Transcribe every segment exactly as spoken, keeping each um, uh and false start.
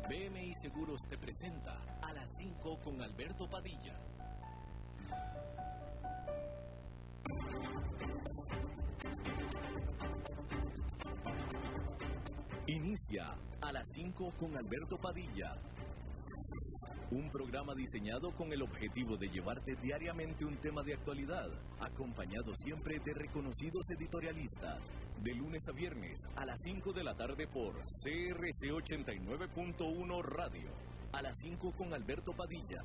B M I Seguros te presenta a las cinco con Alberto Padilla. Inicia a las cinco con Alberto Padilla. Un programa diseñado con el objetivo de llevarte diariamente un tema de actualidad, acompañado siempre de reconocidos editorialistas, de lunes a viernes a las cinco de la tarde por C R C ochenta y nueve punto uno Radio. A las cinco con Alberto Padilla.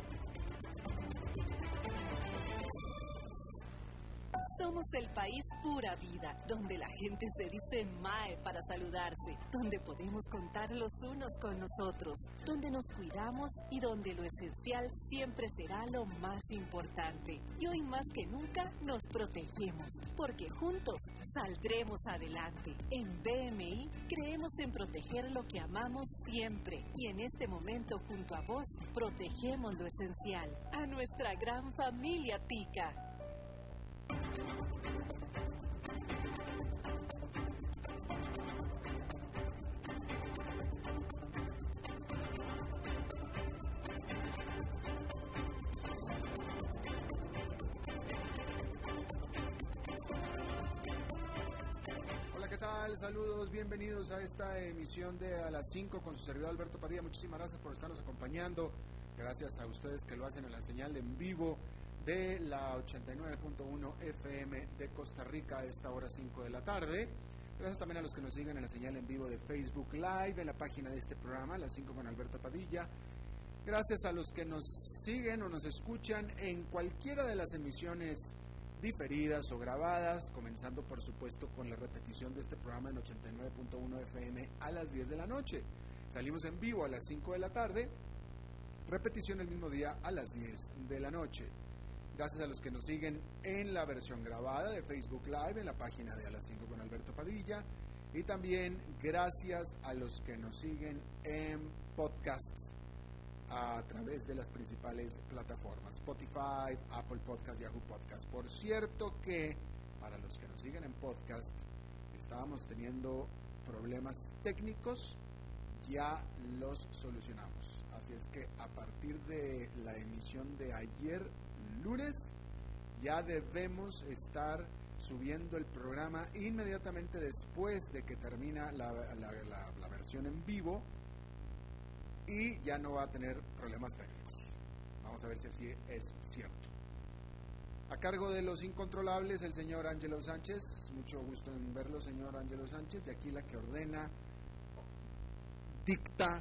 Somos el país pura vida, donde la gente se dice mae para saludarse, donde podemos contar los unos con nosotros, donde nos cuidamos y donde lo esencial siempre será lo más importante. Y hoy más que nunca nos protegemos, porque juntos saldremos adelante. En B M I creemos en proteger lo que amamos siempre, y en este momento junto a vos protegemos lo esencial, a nuestra gran familia tica. Hola, ¿qué tal? Saludos, bienvenidos a esta emisión de A las cinco con su servidor Alberto Padilla. Muchísimas gracias por estarnos acompañando. Gracias a ustedes que lo hacen en la señal de en vivo de la ochenta y nueve punto uno F M de Costa Rica a esta hora cinco de la tarde. Gracias también a los que nos siguen en la señal en vivo de Facebook Live, en la página de este programa, las cinco con Alberto Padilla. Gracias a los que nos siguen o nos escuchan en cualquiera de las emisiones diferidas o grabadas, comenzando por supuesto con la repetición de este programa en ochenta y nueve punto uno F M a las diez de la noche. Salimos en vivo a las cinco de la tarde, repetición el mismo día a las diez de la noche. Gracias a los que nos siguen en la versión grabada de Facebook Live, en la página de A las cinco con Alberto Padilla. Y también gracias a los que nos siguen en podcasts a través de las principales plataformas: Spotify, Apple Podcast, Yahoo Podcast. Por cierto que para los que nos siguen en podcast, estábamos teniendo problemas técnicos, ya los solucionamos. Así es que a partir de la emisión de ayer, lunes, ya debemos estar subiendo el programa inmediatamente después de que termina la, la, la, la versión en vivo, y ya no va a tener problemas técnicos. Vamos a ver si así es cierto. A cargo de los incontrolables, el señor Ángelo Sánchez. Mucho gusto en verlo, señor Ángelo Sánchez. Y aquí la que ordena, dicta,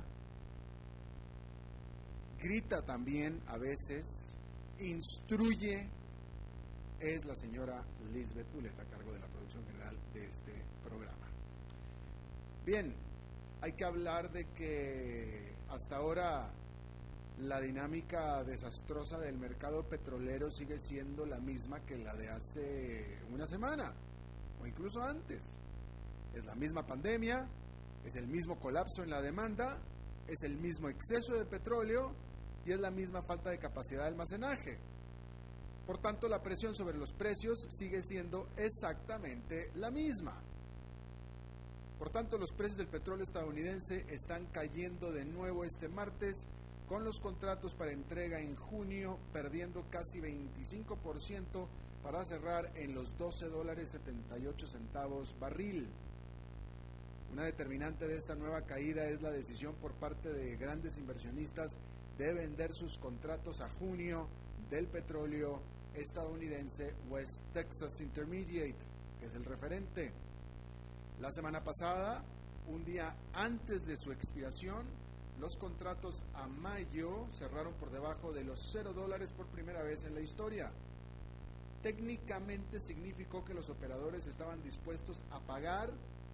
grita también a veces, instruye, es la señora Lisbeth Ulet, a cargo de la producción general de este programa. Bien, hay que hablar de que hasta ahora la dinámica desastrosa del mercado petrolero sigue siendo la misma que la de hace una semana o incluso antes. Es la misma pandemia, es el mismo colapso en la demanda, es el mismo exceso de petróleo y es la misma falta de capacidad de almacenaje. Por tanto, la presión sobre los precios sigue siendo exactamente la misma. Por tanto, los precios del petróleo estadounidense están cayendo de nuevo este martes, con los contratos para entrega en junio perdiendo casi veinticinco por ciento para cerrar en los doce dólares setenta y ocho centavos barril. Una determinante de esta nueva caída es la decisión por parte de grandes inversionistas de vender sus contratos a junio del petróleo estadounidense West Texas Intermediate, que es el referente. La semana pasada, un día antes de su expiración, los contratos a mayo cerraron por debajo de los cero dólares por primera vez en la historia. Técnicamente significó que los operadores estaban dispuestos a pagar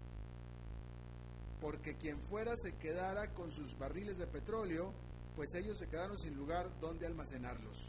porque quien fuera se quedara con sus barriles de petróleo, pues ellos se quedaron sin lugar donde almacenarlos.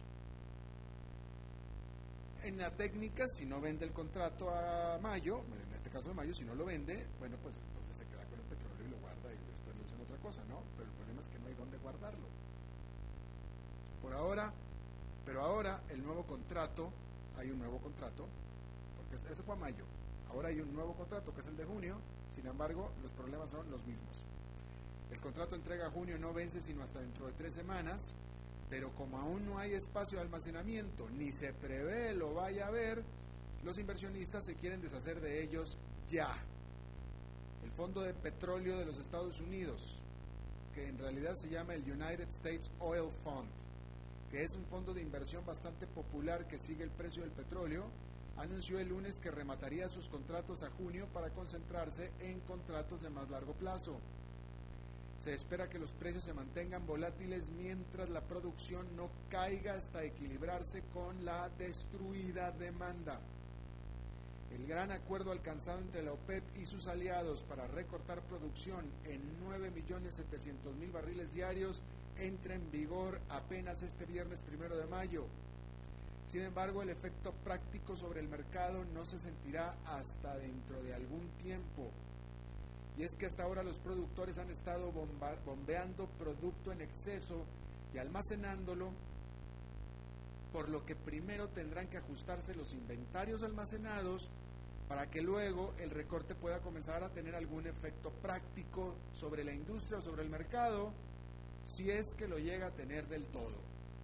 En la técnica, si no vende el contrato a mayo, en este caso de mayo, si no lo vende, bueno, pues entonces se queda con el petróleo y lo guarda y después lo usa en otra cosa, ¿no? Pero el problema es que no hay dónde guardarlo. Por ahora, pero ahora el nuevo contrato, hay un nuevo contrato, porque eso fue a mayo, ahora hay un nuevo contrato que es el de junio, sin embargo, los problemas son los mismos. El contrato de entrega a junio no vence sino hasta dentro de tres semanas, pero como aún no hay espacio de almacenamiento, ni se prevé lo vaya a haber, los inversionistas se quieren deshacer de ellos ya. El Fondo de Petróleo de los Estados Unidos, que en realidad se llama el United States Oil Fund, que es un fondo de inversión bastante popular que sigue el precio del petróleo, anunció el lunes que remataría sus contratos a junio para concentrarse en contratos de más largo plazo. Se espera que los precios se mantengan volátiles mientras la producción no caiga hasta equilibrarse con la destruida demanda. El gran acuerdo alcanzado entre la OPEP y sus aliados para recortar producción en nueve millones setecientos mil barriles diarios entra en vigor apenas este viernes primero de mayo. Sin embargo, el efecto práctico sobre el mercado no se sentirá hasta dentro de algún tiempo. Y es que hasta ahora los productores han estado bomba- bombeando producto en exceso y almacenándolo, por lo que primero tendrán que ajustarse los inventarios almacenados para que luego el recorte pueda comenzar a tener algún efecto práctico sobre la industria o sobre el mercado, si es que lo llega a tener del todo.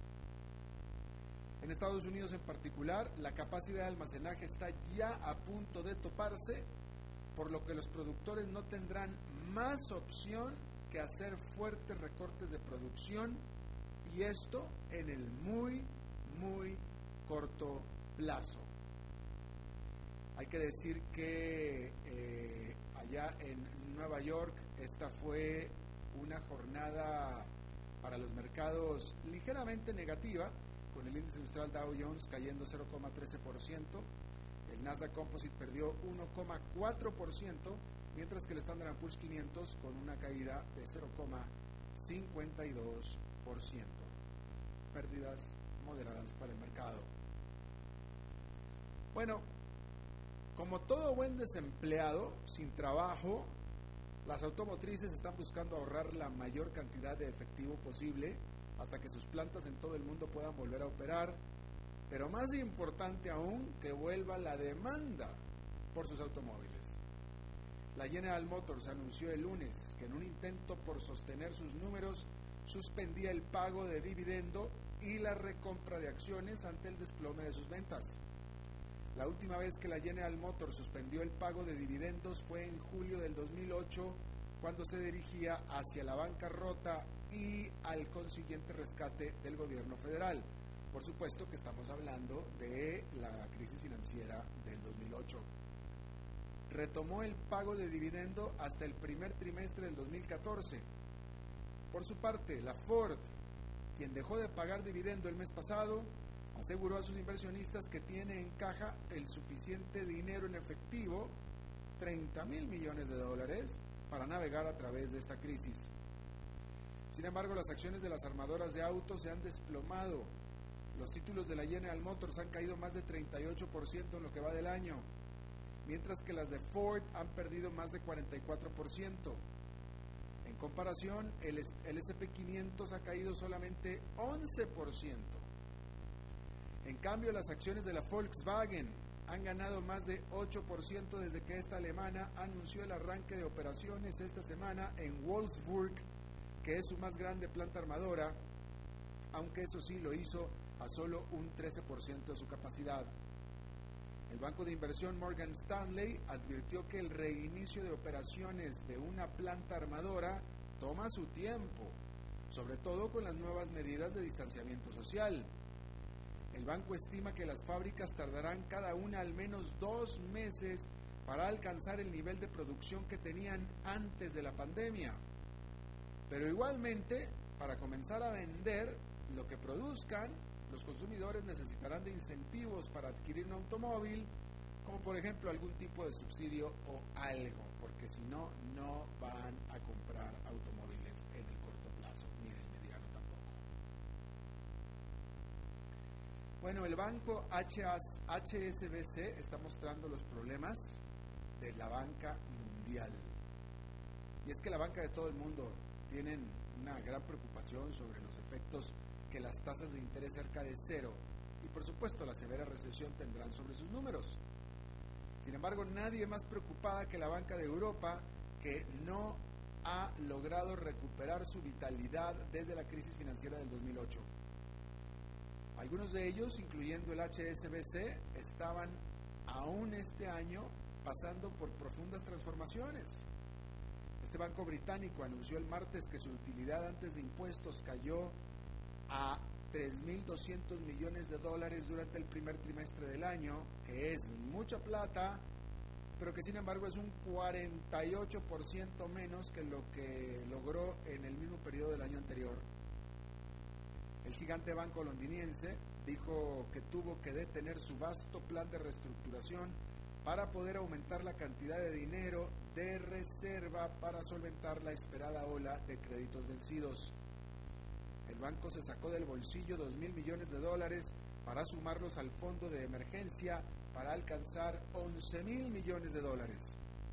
En Estados Unidos en particular, la capacidad de almacenaje está ya a punto de toparse, por lo que los productores no tendrán más opción que hacer fuertes recortes de producción, y esto en el muy, muy corto plazo. Hay que decir que eh, allá en Nueva York esta fue una jornada para los mercados ligeramente negativa, con el índice industrial Dow Jones cayendo cero coma trece por ciento, el Nasdaq Composite perdió uno coma cuatro por ciento, mientras que el Standard and Poor's quinientos con una caída de cero coma cincuenta y dos por ciento. Pérdidas moderadas para el mercado. Bueno, como todo buen desempleado sin trabajo, las automotrices están buscando ahorrar la mayor cantidad de efectivo posible hasta que sus plantas en todo el mundo puedan volver a operar, pero más importante aún, que vuelva la demanda por sus automóviles. La General Motors anunció el lunes que en un intento por sostener sus números, suspendía el pago de dividendo y la recompra de acciones ante el desplome de sus ventas. La última vez que la General Motors suspendió el pago de dividendos fue en julio del dos mil ocho, cuando se dirigía hacia la bancarrota y al consiguiente rescate del gobierno federal. Por supuesto que estamos hablando de la crisis financiera del dos mil ocho. Retomó el pago de dividendo hasta el primer trimestre del dos mil catorce. Por su parte, la Ford, quien dejó de pagar dividendo el mes pasado, aseguró a sus inversionistas que tiene en caja el suficiente dinero en efectivo, treinta mil millones de dólares, para navegar a través de esta crisis. Sin embargo, las acciones de las armadoras de autos se han desplomado. Los títulos de la General Motors han caído más de treinta y ocho por ciento en lo que va del año, mientras que las de Ford han perdido más de cuarenta y cuatro por ciento. En comparación, el, el ese and pe quinientos ha caído solamente once por ciento. En cambio, las acciones de la Volkswagen han ganado más de ocho por ciento desde que esta alemana anunció el arranque de operaciones esta semana en Wolfsburg, que es su más grande planta armadora, aunque eso sí lo hizo a solo un trece por ciento de su capacidad. El banco de inversión Morgan Stanley advirtió que el reinicio de operaciones de una planta armadora toma su tiempo, sobre todo con las nuevas medidas de distanciamiento social. El banco estima que las fábricas tardarán cada una al menos dos meses para alcanzar el nivel de producción que tenían antes de la pandemia. Pero igualmente, para comenzar a vender lo que produzcan, los consumidores necesitarán de incentivos para adquirir un automóvil, como por ejemplo algún tipo de subsidio o algo, porque si no, no van a comprar automóviles en el corto plazo, ni en el mediano tampoco. Bueno, el banco H S B C está mostrando los problemas de la banca mundial. Y es que la banca de todo el mundo tienen una gran preocupación sobre los efectos que las tasas de interés cerca de cero y por supuesto la severa recesión tendrán sobre sus números. Sin embargo, nadie más preocupada que la banca de Europa, que no ha logrado recuperar su vitalidad desde la crisis financiera del dos mil ocho. Algunos de ellos, incluyendo el H S B C, estaban aún este año pasando por profundas transformaciones. Este banco británico anunció el martes que su utilidad antes de impuestos cayó a tres mil doscientos millones de dólares durante el primer trimestre del año, que es mucha plata, pero que sin embargo es un cuarenta y ocho por ciento menos que lo que logró en el mismo periodo del año anterior. El gigante banco londinense dijo que tuvo que detener su vasto plan de reestructuración para poder aumentar la cantidad de dinero de reserva para solventar la esperada ola de créditos vencidos. El banco se sacó del bolsillo dos mil millones de dólares para sumarlos al fondo de emergencia para alcanzar once mil millones de dólares.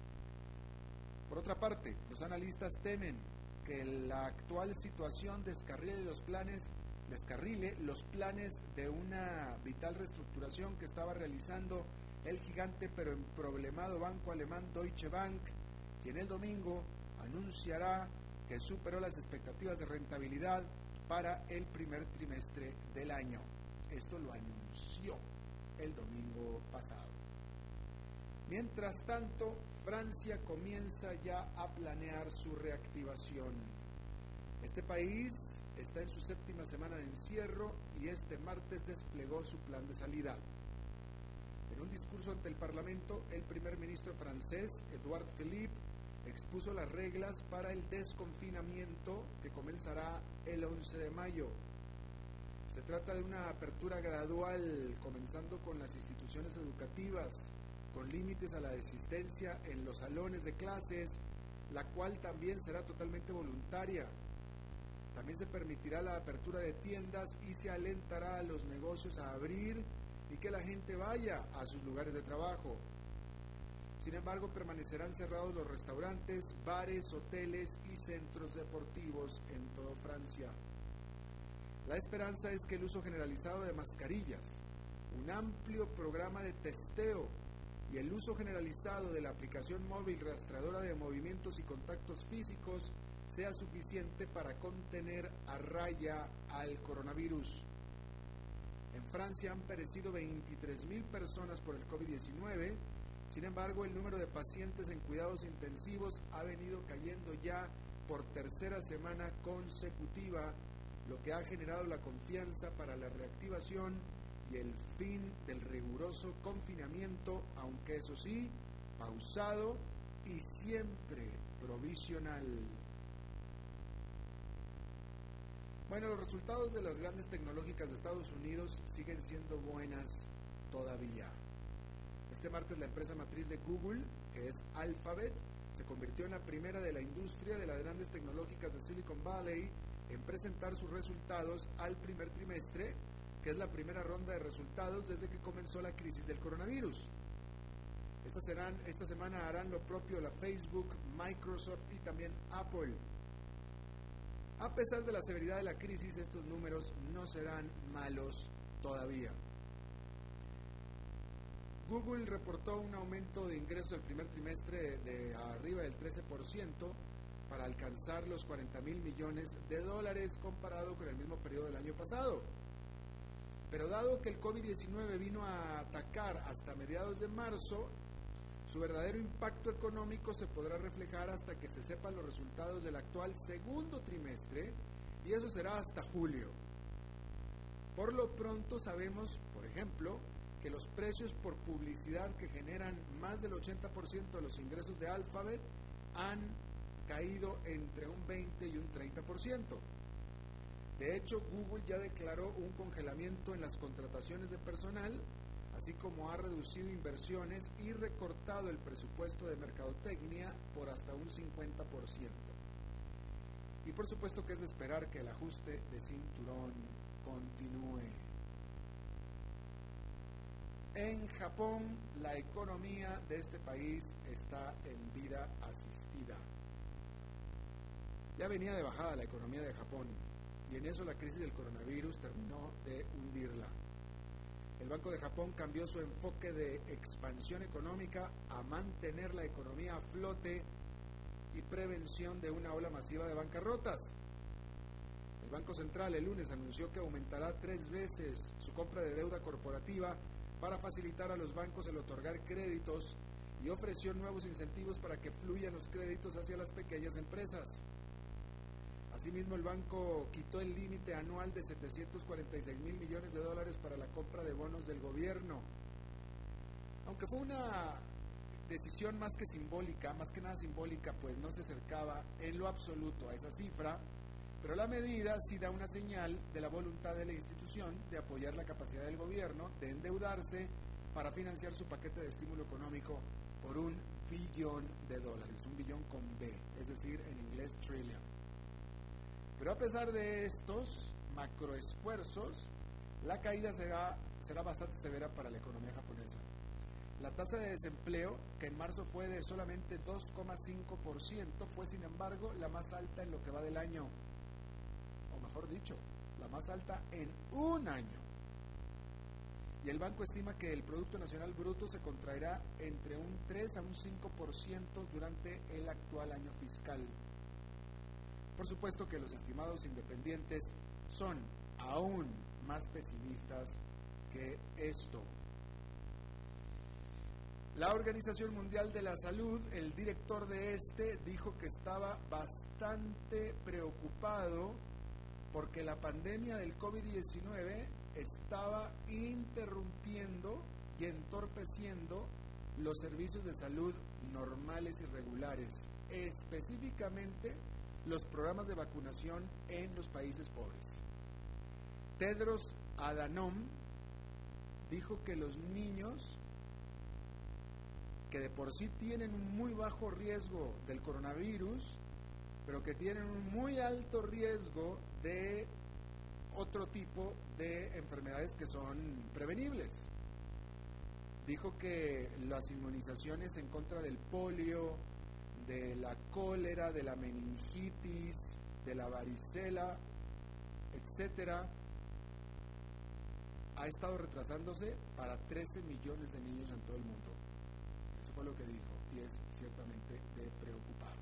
Por otra parte, los analistas temen que la actual situación descarrile los planes, descarrile los planes de una vital reestructuración que estaba realizando el gigante pero emproblemado banco alemán Deutsche Bank, quien el domingo anunciará que superó las expectativas de rentabilidad para el primer trimestre del año. Esto lo anunció el domingo pasado. Mientras tanto, Francia comienza ya a planear su reactivación. Este país está en su séptima semana de encierro y este martes desplegó su plan de salida. En un discurso ante el Parlamento, el primer ministro francés, Edouard Philippe, expuso las reglas para el desconfinamiento que comenzará el once de mayo. Se trata de una apertura gradual, comenzando con las instituciones educativas, con límites a la asistencia en los salones de clases, la cual también será totalmente voluntaria. También se permitirá la apertura de tiendas y se alentará a los negocios a abrir y que la gente vaya a sus lugares de trabajo. Sin embargo, permanecerán cerrados los restaurantes, bares, hoteles y centros deportivos en toda Francia. La esperanza es que el uso generalizado de mascarillas, un amplio programa de testeo y el uso generalizado de la aplicación móvil rastreadora de movimientos y contactos físicos sea suficiente para contener a raya al coronavirus. En Francia han perecido veintitrés mil personas por el COVID diecinueve. Sin embargo, el número de pacientes en cuidados intensivos ha venido cayendo ya por tercera semana consecutiva, lo que ha generado la confianza para la reactivación y el fin del riguroso confinamiento, aunque eso sí, pausado y siempre provisional. Bueno, los resultados de las grandes tecnológicas de Estados Unidos siguen siendo buenas todavía. Este martes la empresa matriz de Google, que es Alphabet, se convirtió en la primera de la industria de las grandes tecnológicas de Silicon Valley en presentar sus resultados al primer trimestre, que es la primera ronda de resultados desde que comenzó la crisis del coronavirus. Esta, serán, esta semana harán lo propio la Facebook, Microsoft y también Apple. A pesar de la severidad de la crisis, estos números no serán malos todavía. Google reportó un aumento de ingresos del primer trimestre de arriba del trece por ciento para alcanzar los cuarenta mil millones de dólares comparado con el mismo periodo del año pasado. Pero dado que el COVID diecinueve vino a atacar hasta mediados de marzo, su verdadero impacto económico se podrá reflejar hasta que se sepan los resultados del actual segundo trimestre, y eso será hasta julio. Por lo pronto sabemos, por ejemplo, que los precios por publicidad que generan más del ochenta por ciento de los ingresos de Alphabet han caído entre un veinte y un treinta por ciento. De hecho, Google ya declaró un congelamiento en las contrataciones de personal, así como ha reducido inversiones y recortado el presupuesto de mercadotecnia por hasta un cincuenta por ciento. Y por supuesto que es de esperar que el ajuste de cinturón continúe. En Japón, la economía de este país está en vida asistida. Ya venía de bajada la economía de Japón, y en eso la crisis del coronavirus terminó de hundirla. El Banco de Japón cambió su enfoque de expansión económica a mantener la economía a flote y prevención de una ola masiva de bancarrotas. El Banco Central el lunes anunció que aumentará tres veces su compra de deuda corporativa para facilitar a los bancos el otorgar créditos y ofreció nuevos incentivos para que fluyan los créditos hacia las pequeñas empresas. Asimismo, el banco quitó el límite anual de setecientos cuarenta y seis mil millones de dólares para la compra de bonos del gobierno. Aunque fue una decisión más que simbólica, más que nada simbólica, pues no se acercaba en lo absoluto a esa cifra, pero la medida sí da una señal de la voluntad de la institución de apoyar la capacidad del gobierno de endeudarse para financiar su paquete de estímulo económico por un billón de dólares, un billón con B, es decir, en inglés trillion. Pero a pesar de estos macroesfuerzos, la caída será, será bastante severa para la economía japonesa. La tasa de desempleo, que en marzo fue de solamente dos coma cinco por ciento, fue sin embargo la más alta en lo que va del año, o mejor dicho, la más alta en un año. Y el banco estima que el Producto Nacional Bruto se contraerá entre un tres a un cinco por ciento durante el actual año fiscal. Por supuesto que los estimados independientes son aún más pesimistas que esto. La Organización Mundial de la Salud, el director de este, dijo que estaba bastante preocupado porque la pandemia del COVID diecinueve estaba interrumpiendo y entorpeciendo los servicios de salud normales y regulares, específicamente los programas de vacunación en los países pobres. Tedros Adhanom dijo que los niños que de por sí tienen un muy bajo riesgo del coronavirus, pero que tienen un muy alto riesgo de otro tipo de enfermedades que son prevenibles. Dijo que las inmunizaciones en contra del polio, de la cólera, de la meningitis, de la varicela, etcétera, ha estado retrasándose para trece millones de niños en todo el mundo. Eso fue lo que dijo y es ciertamente de preocupar.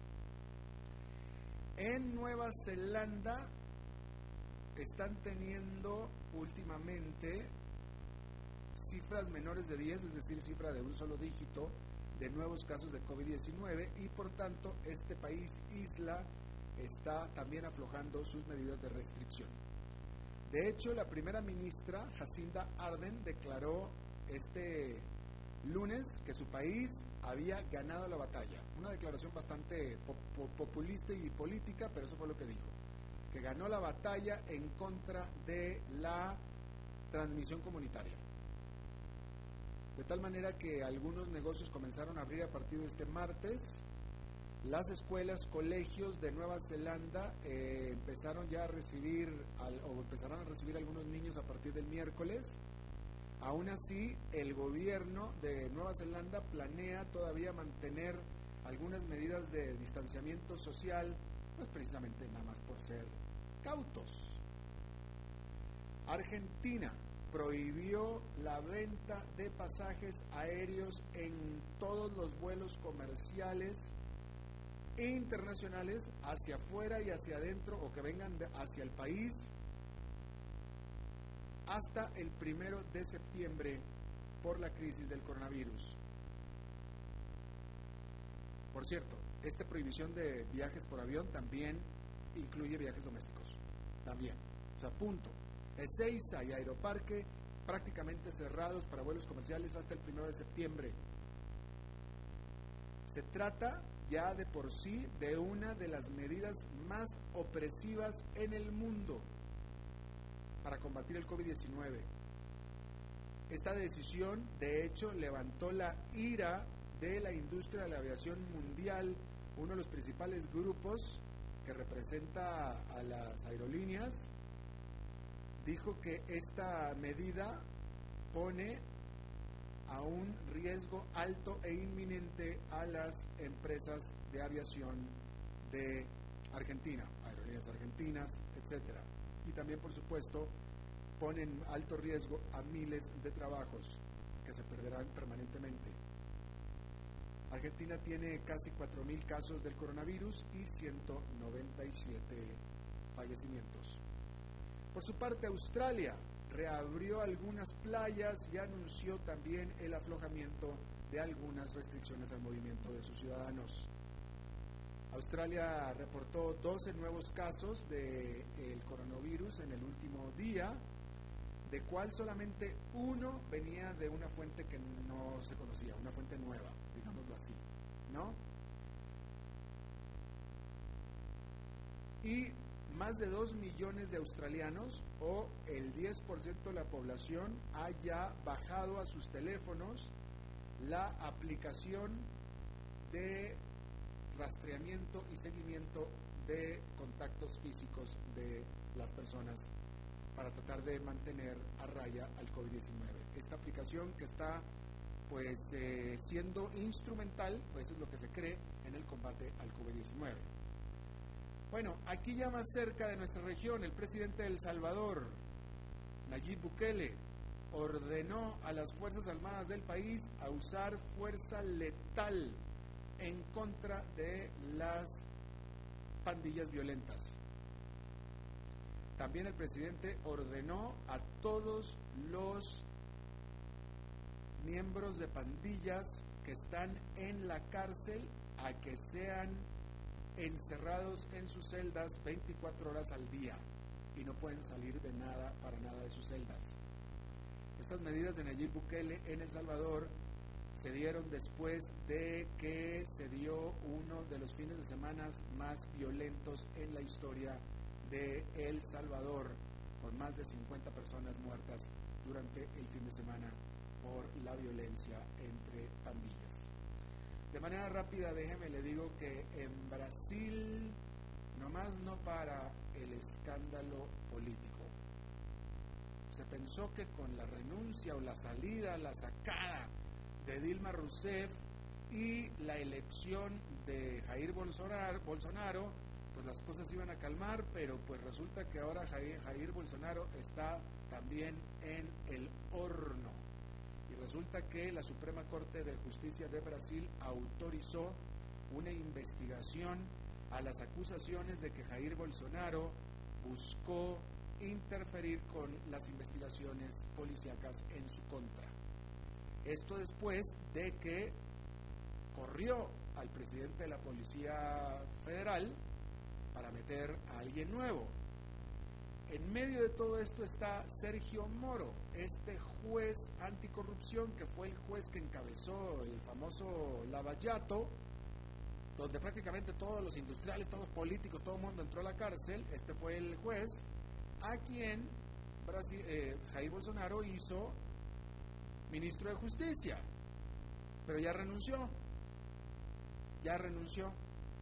En Nueva Zelanda están teniendo últimamente cifras menores de diez, es decir, cifra de un solo dígito de nuevos casos de COVID diecinueve y por tanto este país, isla, está también aflojando sus medidas de restricción. De hecho, la primera ministra, Jacinda Ardern, declaró este lunes que su país había ganado la batalla. Una declaración bastante po- populista y política, pero eso fue lo que dijo, que ganó la batalla en contra de la transmisión comunitaria. De tal manera que algunos negocios comenzaron a abrir a partir de este martes. Las escuelas, colegios de Nueva Zelanda eh, empezaron ya a recibir, al, o empezarán a recibir algunos niños a partir del miércoles. Aún así, el gobierno de Nueva Zelanda planea todavía mantener algunas medidas de distanciamiento social, pues precisamente nada más por ser cautos. Argentina prohibió la venta de pasajes aéreos en todos los vuelos comerciales e internacionales hacia afuera y hacia adentro o que vengan de, hacia el país hasta el primero de septiembre por la crisis del coronavirus. Por cierto, esta prohibición de viajes por avión también incluye viajes domésticos, también, o sea, punto. Ezeiza y Aeroparque prácticamente cerrados para vuelos comerciales hasta el primero de septiembre. Se trata ya de por sí de una de las medidas más opresivas en el mundo para combatir el COVID diecinueve. Esta decisión, de hecho, levantó la ira de la industria de la aviación mundial, uno de los principales grupos que representa a las aerolíneas. Dijo que esta medida pone a un riesgo alto e inminente a las empresas de aviación de Argentina, aerolíneas argentinas, etcétera. Y también, por supuesto, pone en alto riesgo a miles de trabajos que se perderán permanentemente. Argentina tiene casi cuatro mil casos del coronavirus y ciento noventa y siete fallecimientos. Por su parte, Australia reabrió algunas playas y anunció también el aflojamiento de algunas restricciones al movimiento de sus ciudadanos. Australia reportó doce nuevos casos del coronavirus en el último día, de cual solamente uno venía de una fuente que no se conocía, una fuente nueva, digámoslo así, ¿no? Y más de dos millones de australianos, o el diez por ciento de la población, ha ya bajado a sus teléfonos la aplicación de rastreamiento y seguimiento de contactos físicos de las personas para tratar de mantener a raya al COVID diecinueve. Esta aplicación que está pues eh, siendo instrumental, pues eso es lo que se cree, en el combate al COVID diecinueve. Bueno, aquí ya más cerca de nuestra región, el presidente de El Salvador, Nayib Bukele, ordenó a las Fuerzas Armadas del país a usar fuerza letal en contra de las pandillas violentas. También el presidente ordenó a todos los miembros de pandillas que están en la cárcel a que sean encerrados en sus celdas veinticuatro horas al día y no pueden salir de nada, para nada de sus celdas. Estas medidas de Nayib Bukele en El Salvador se dieron después de que se dio uno de los fines de semana más violentos en la historia de El Salvador, con más de cincuenta personas muertas durante el fin de semana por la violencia entre pandillas. De manera rápida, déjeme le digo que en Brasil nomás no para el escándalo político. Se pensó que con la renuncia o la salida, la sacada de Dilma Rousseff y la elección de Jair Bolsonaro, Bolsonaro, pues las cosas iban a calmar, pero pues resulta que ahora Jair, Jair Bolsonaro está también en el horno. Y resulta que la Suprema Corte de Justicia de Brasil autorizó una investigación a las acusaciones de que Jair Bolsonaro buscó interferir con las investigaciones policíacas en su contra. Esto después de que corrió al presidente de la Policía Federal para meter a alguien nuevo. En medio de todo esto está Sergio Moro, este juez anticorrupción que fue el juez que encabezó el famoso Lavallato, donde prácticamente todos los industriales, todos los políticos, todo el mundo entró a la cárcel. Este fue el juez a quien Brasil, eh, Jair Bolsonaro hizo ministro de Justicia, pero ya renunció, ya renunció.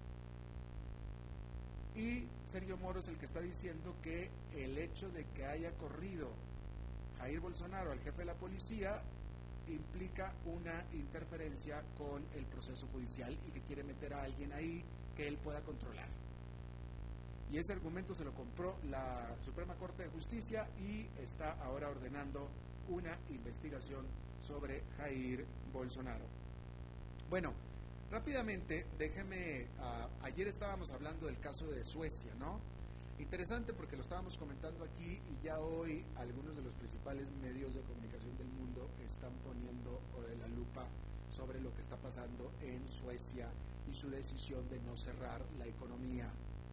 Y Sergio Moro es el que está diciendo que el hecho de que haya corrido Jair Bolsonaro al jefe de la policía implica una interferencia con el proceso judicial y que quiere meter a alguien ahí que él pueda controlar. Y ese argumento se lo compró la Suprema Corte de Justicia y está ahora ordenando una investigación sobre Jair Bolsonaro. Bueno, rápidamente, déjeme, uh, ayer estábamos hablando del caso de Suecia, ¿no? Interesante porque lo estábamos comentando aquí y ya hoy algunos de los principales medios de comunicación del mundo están poniendo la lupa sobre lo que está pasando en Suecia y su decisión de no cerrar la economía.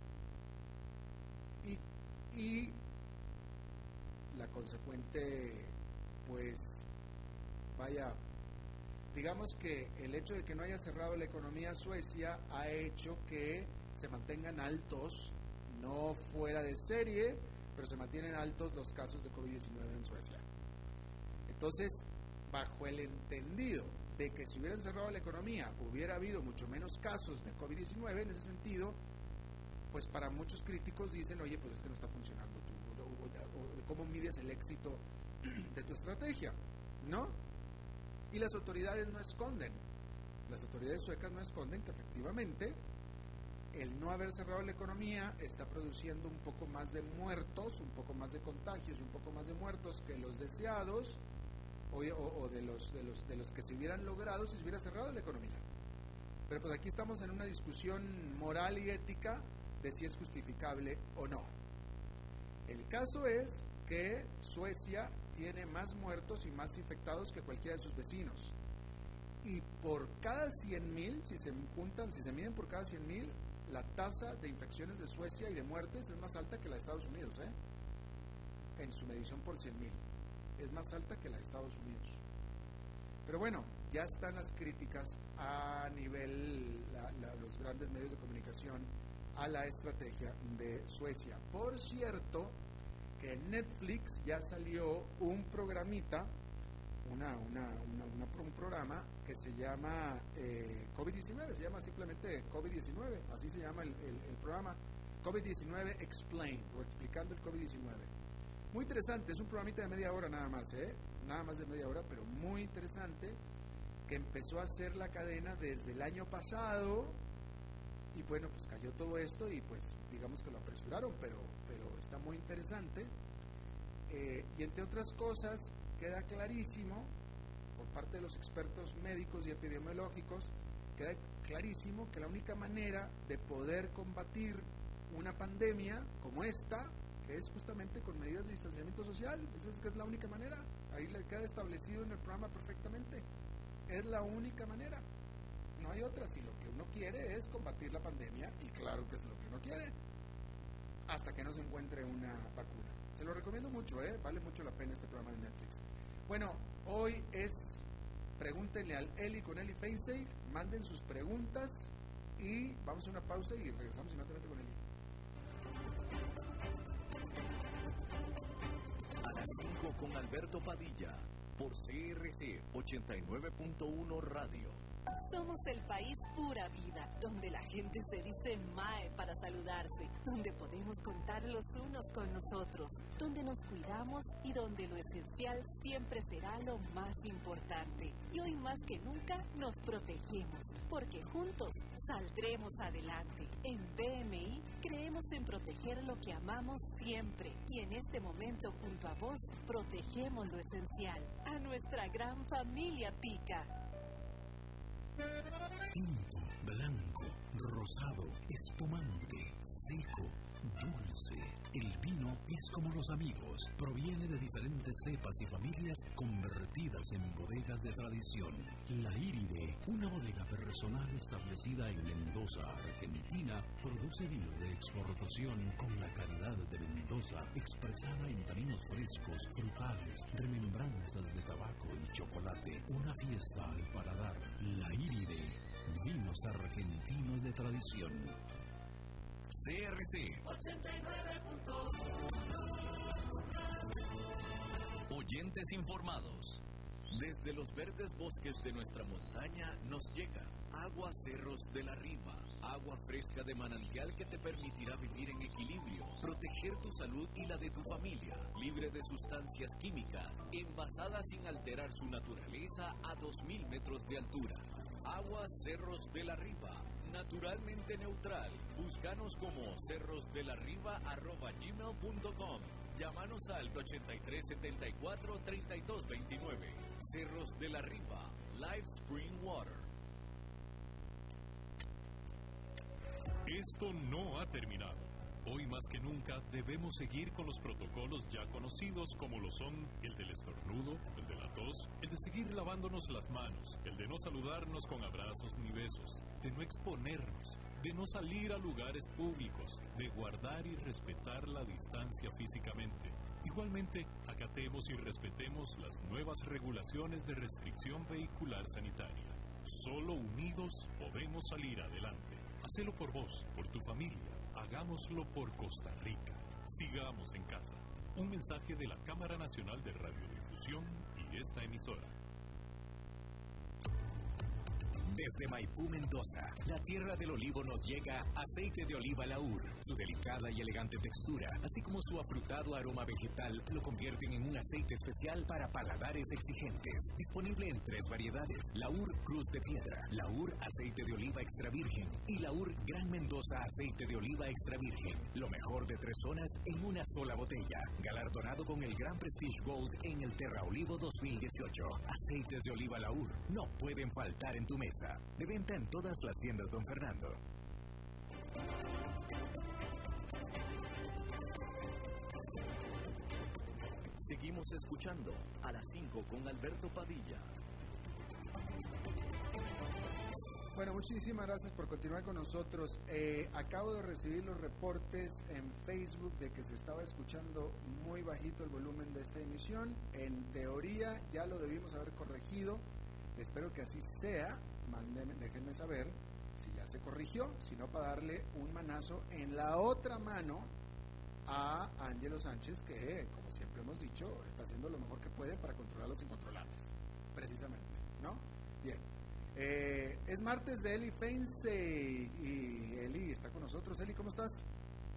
Y, y la consecuente, pues, vaya, digamos que el hecho de que no haya cerrado la economía Suecia ha hecho que se mantengan altos, no fuera de serie, pero se mantienen altos los casos de COVID diecinueve en Suecia. Entonces, bajo el entendido de que si hubieran cerrado la economía hubiera habido mucho menos casos de COVID diecinueve, en ese sentido, pues para muchos críticos dicen, oye, pues es que no está funcionando tú, o, o, o, ¿cómo mides el éxito de tu estrategia? ¿No? Y las autoridades no esconden, las autoridades suecas no esconden que efectivamente el no haber cerrado la economía está produciendo un poco más de muertos, un poco más de contagios y un poco más de muertos que los deseados o, o, o de, los, de, los, de los que se hubieran logrado si se hubiera cerrado la economía. Pero pues aquí estamos en una discusión moral y ética de si es justificable o no. El caso es que Suecia tiene más muertos y más infectados que cualquiera de sus vecinos. Y por cada cien mil, si se juntan, si se miden por cada cien mil, la tasa de infecciones de Suecia y de muertes es más alta que la de Estados Unidos, ¿eh? En su medición por cien mil. Es más alta que la de Estados Unidos. Pero bueno, ya están las críticas a nivel, la, la, los grandes medios de comunicación, a la estrategia de Suecia. Por cierto, que en Netflix ya salió un programita, una, una, una, una un programa que se llama eh, COVID diecinueve, se llama simplemente COVID diecinueve, así se llama el, el, el programa, COVID diecinueve Explained, o explicando el COVID diecinueve. Muy interesante, es un programita de media hora nada más, ¿eh? Nada más de media hora, pero muy interesante, que empezó a hacer la cadena desde el año pasado, y bueno, pues cayó todo esto y pues digamos que lo apresuraron, pero, pero está muy interesante. Eh, y entre otras cosas, queda clarísimo, por parte de los expertos médicos y epidemiológicos, queda clarísimo que la única manera de poder combatir una pandemia como esta, que es justamente con medidas de distanciamiento social, esa es, que es la única manera, ahí le queda establecido en el programa perfectamente, es la única manera, no hay otra. Si lo que uno quiere es combatir la pandemia, y claro que es lo que uno quiere, hasta que no se encuentre una vacuna. Se lo recomiendo mucho, ¿eh? Vale mucho la pena este programa de Netflix. Bueno, hoy es Pregúntenle al Eli con Eli Feinstein, manden sus preguntas y vamos a una pausa y regresamos inmediatamente con Eli. A las cinco con Alberto Padilla, por C R C ochenta y nueve punto uno Radio. Somos el país pura vida, donde la gente se dice mae para saludarse, donde podemos contar los unos con nosotros, donde nos cuidamos y donde lo esencial siempre será lo más importante. Y hoy más que nunca nos protegemos, porque juntos saldremos adelante. En B M I creemos en proteger lo que amamos siempre, y en este momento junto a vos protegemos lo esencial, a nuestra gran familia tica. Tinto, blanco, rosado, espumante, seco, dulce. El vino es como los amigos, proviene de diferentes cepas y familias convertidas en bodegas de tradición. La Iride, una bodega personal establecida en Mendoza, Argentina, produce vino de exportación con la calidad de Mendoza, expresada en taninos frescos, frutales, remembranzas de tabaco y chocolate. Una fiesta al paladar. La Iride, vinos argentinos de tradición. C R C ochenta y nueve punto uno. Oyentes informados. Desde los verdes bosques de nuestra montaña nos llega Agua Cerros de la Riva, agua fresca de manantial que te permitirá vivir en equilibrio, proteger tu salud y la de tu familia, libre de sustancias químicas, envasada sin alterar su naturaleza a dos mil metros de altura. Agua Cerros de la Riva, naturalmente neutral. Búscanos como cerrosdelariva arroba gmail punto com. Llámanos al ochenta y tres setenta y cuatro treinta y dos veintinueve. Cerros de la Riva, Live Spring Water. Esto no ha terminado. Hoy más que nunca debemos seguir con los protocolos ya conocidos, como lo son el del estornudo, el de la tos, el de seguir lavándonos las manos, el de no saludarnos con abrazos ni besos, de no exponernos, de no salir a lugares públicos, de guardar y respetar la distancia físicamente. Igualmente, acatemos y respetemos las nuevas regulaciones de restricción vehicular sanitaria. Solo unidos podemos salir adelante. Hacelo por vos, por tu familia. Hagámoslo por Costa Rica. Sigamos en casa. Un mensaje de la Cámara Nacional de Radiodifusión y esta emisora. Desde Maipú, Mendoza, la tierra del olivo, nos llega aceite de oliva Laur. Su delicada y elegante textura, así como su afrutado aroma vegetal, lo convierten en un aceite especial para paladares exigentes. Disponible en tres variedades: Laur Cruz de Piedra, Laur Aceite de Oliva Extra Virgen y Laur Gran Mendoza Aceite de Oliva Extra Virgen. Lo mejor de tres zonas en una sola botella. Galardonado con el Gran Prestige Gold en el Terra Olivo dos mil dieciocho. Aceites de oliva Laur no pueden faltar en tu mesa. Cerveza, de venta en todas las tiendas Don Fernando. Seguimos escuchando a las cinco con Alberto Padilla. Bueno, muchísimas gracias por continuar con nosotros. Eh, acabo de recibir los reportes en Facebook de que se estaba escuchando muy bajito el volumen de esta emisión. En teoría ya lo debimos haber corregido. Espero que así sea. Mándenme, déjenme saber si ya se corrigió, si no, para darle un manazo en la otra mano a Ángelo Sánchez, que, como siempre hemos dicho, está haciendo lo mejor que puede para controlar los incontrolables, precisamente, ¿no? Bien. Eh, es martes de Eli Feinsey y Eli está con nosotros. Eli, ¿cómo estás?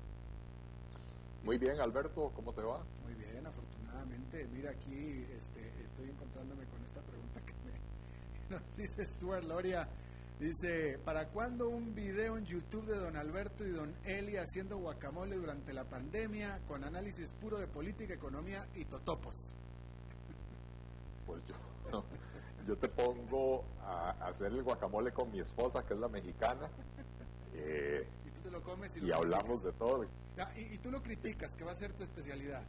Muy bien, Alberto, ¿cómo te va? Muy bien, afortunadamente. Mira, aquí este, estoy encontrándome con esta pregunta que me nos dice Stuart Loria. Dice, ¿para cuándo un video en YouTube de don Alberto y don Eli haciendo guacamole durante la pandemia con análisis puro de política, economía y totopos? Pues yo... No. Yo te pongo a hacer el guacamole con mi esposa, que es la mexicana, eh, y tú te lo comes y, y lo hablamos de todo. Ah, y, y tú lo criticas, que va a ser tu especialidad.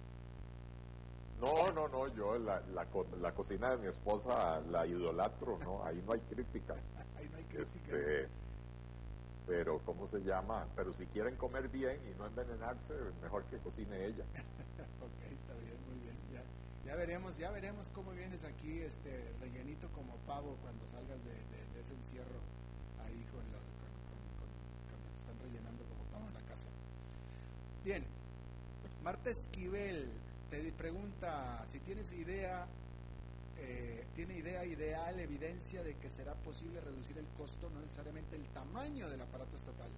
No, no, no, yo la, la, la cocina de mi esposa la idolatro, ¿no? Ahí no hay críticas. Ahí no hay críticas. Este, pero, ¿cómo se llama? Pero si quieren comer bien y no envenenarse, mejor que cocine ella. Ok, está bien, muy bien. Ya, ya veremos, ya veremos cómo vienes aquí, este, rellenito como pavo cuando salgas de, de, de ese encierro ahí con, los, con, con, con, cuando te están rellenando como pavo en la casa. Bien, Marta Esquivel te pregunta si tienes idea, eh, tiene idea ideal, evidencia de que será posible reducir el costo, no necesariamente el tamaño del aparato estatal.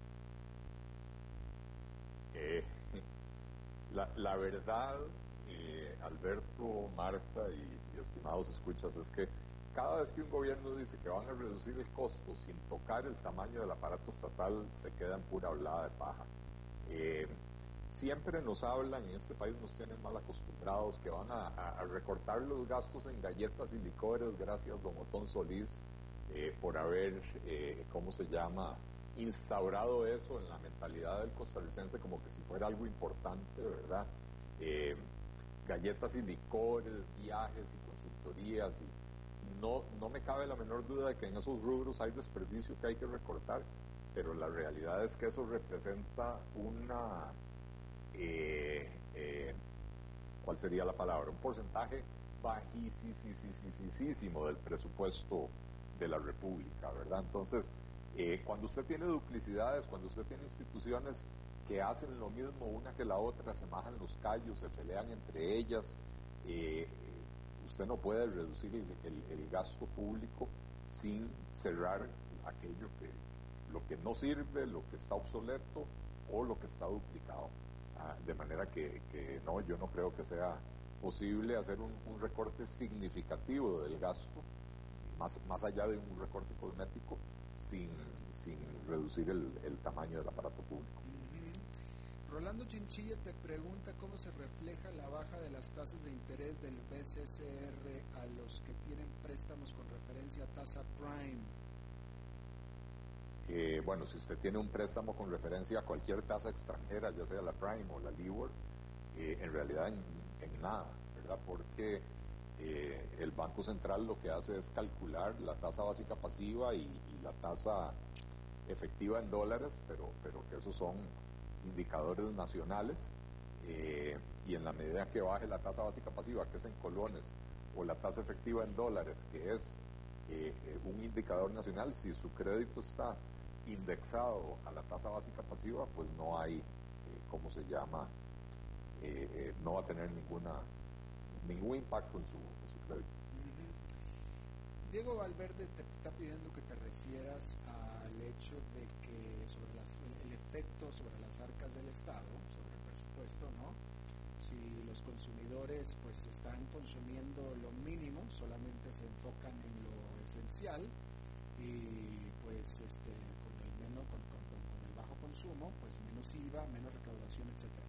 Eh, la, la verdad, eh, Alberto, Marta y, y estimados escuchas, es que cada vez que un gobierno dice que van a reducir el costo sin tocar el tamaño del aparato estatal, se queda en pura hablada de paja. Eh, siempre nos hablan, en este país nos tienen mal acostumbrados, que van a, a, a recortar los gastos en galletas y licores, gracias don Otón Solís, eh, por haber, eh, ¿cómo se llama?, instaurado eso en la mentalidad del costarricense como que si fuera algo importante, ¿verdad? Eh, galletas y licores, viajes y consultorías, y no, no me cabe la menor duda de que en esos rubros hay desperdicio que hay que recortar, pero la realidad es que eso representa una, eh, eh, ¿cuál sería la palabra? Un porcentaje bajísimo del presupuesto de la República, ¿verdad? Entonces, Eh, cuando usted tiene duplicidades, cuando usted tiene instituciones que hacen lo mismo una que la otra, se majan los callos, se pelean entre ellas, eh, usted no puede reducir el, el, el gasto público sin cerrar aquello que, lo que no sirve, lo que está obsoleto o lo que está duplicado. Ah, de manera que, que no, yo no creo que sea posible hacer un, un recorte significativo del gasto, más, más allá de un recorte cosmético, sin, sin reducir el, el tamaño del aparato público. Uh-huh. Rolando Chinchilla te pregunta cómo se refleja la baja de las tasas de interés del B C C R a los que tienen préstamos con referencia a tasa prime. Eh, bueno, si usted tiene un préstamo con referencia a cualquier tasa extranjera, ya sea la prime o la LIBOR, eh, en realidad en, en nada, ¿verdad? Porque Eh, el Banco Central lo que hace es calcular la tasa básica pasiva y, y la tasa efectiva en dólares, pero, pero que esos son indicadores nacionales, eh, y en la medida que baje la tasa básica pasiva, que es en colones, o la tasa efectiva en dólares, que es eh, un indicador nacional, si su crédito está indexado a la tasa básica pasiva, pues no hay, eh, ¿cómo se llama? Eh, eh, no va a tener ninguna ningún impacto en su, en su crédito. Uh-huh. Diego Valverde te está pidiendo que te refieras al hecho de que sobre las, el, el efecto sobre las arcas del Estado, sobre el presupuesto, ¿no? Si los consumidores pues están consumiendo lo mínimo, solamente se enfocan en lo esencial y pues este con el menos con, con, con el bajo consumo, pues menos I V A, menos recaudación, etcétera.